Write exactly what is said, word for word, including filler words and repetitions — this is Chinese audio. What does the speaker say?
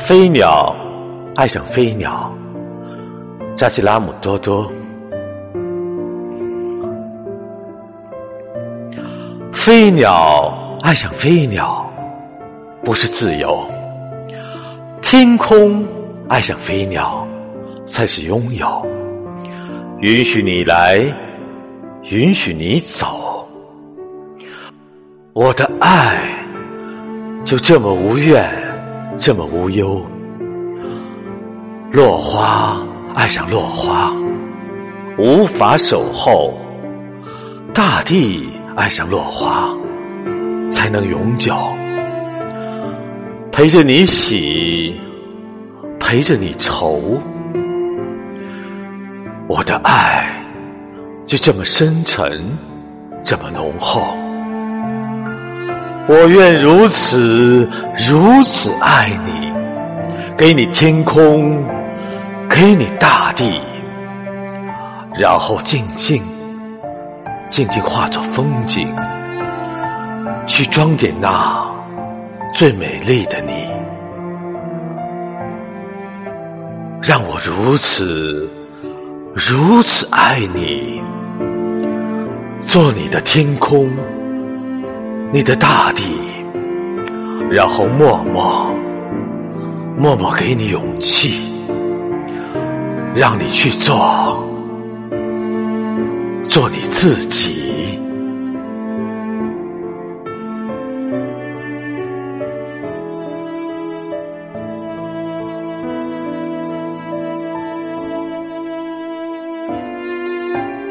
飞鸟爱上飞鸟，扎西拉姆多多。飞鸟爱上飞鸟，不是自由；天空爱上飞鸟，才是拥有。允许你来，允许你走，我的爱就这么无怨，这么无忧。落花爱上落花，无法守候；大地爱上落花，才能永久。陪着你喜，陪着你愁，我的爱就这么深沉，这么浓厚。我愿如此如此爱你，给你天空，给你大地，然后静静静静化作风景，去装点那最美丽的你。让我如此如此爱你，做你的天空，你的大地，然后默默默默给你勇气，让你去做做你自己。